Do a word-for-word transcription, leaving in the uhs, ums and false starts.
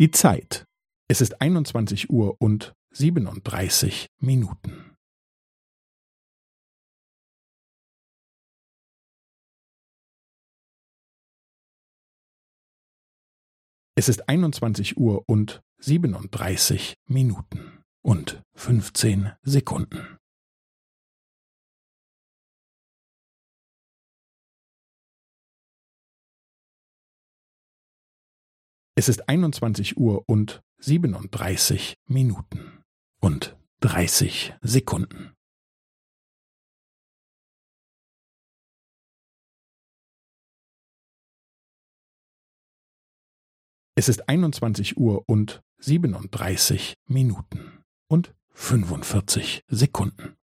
Die Zeit. Es ist einundzwanzig Uhr und siebenunddreißig Minuten. Es ist einundzwanzig Uhr und siebenunddreißig Minuten und fünfzehn Sekunden. Es ist einundzwanzig Uhr und siebenunddreißig Minuten und dreißig Sekunden. Es ist einundzwanzig Uhr und siebenunddreißig Minuten und fünfundvierzig Sekunden.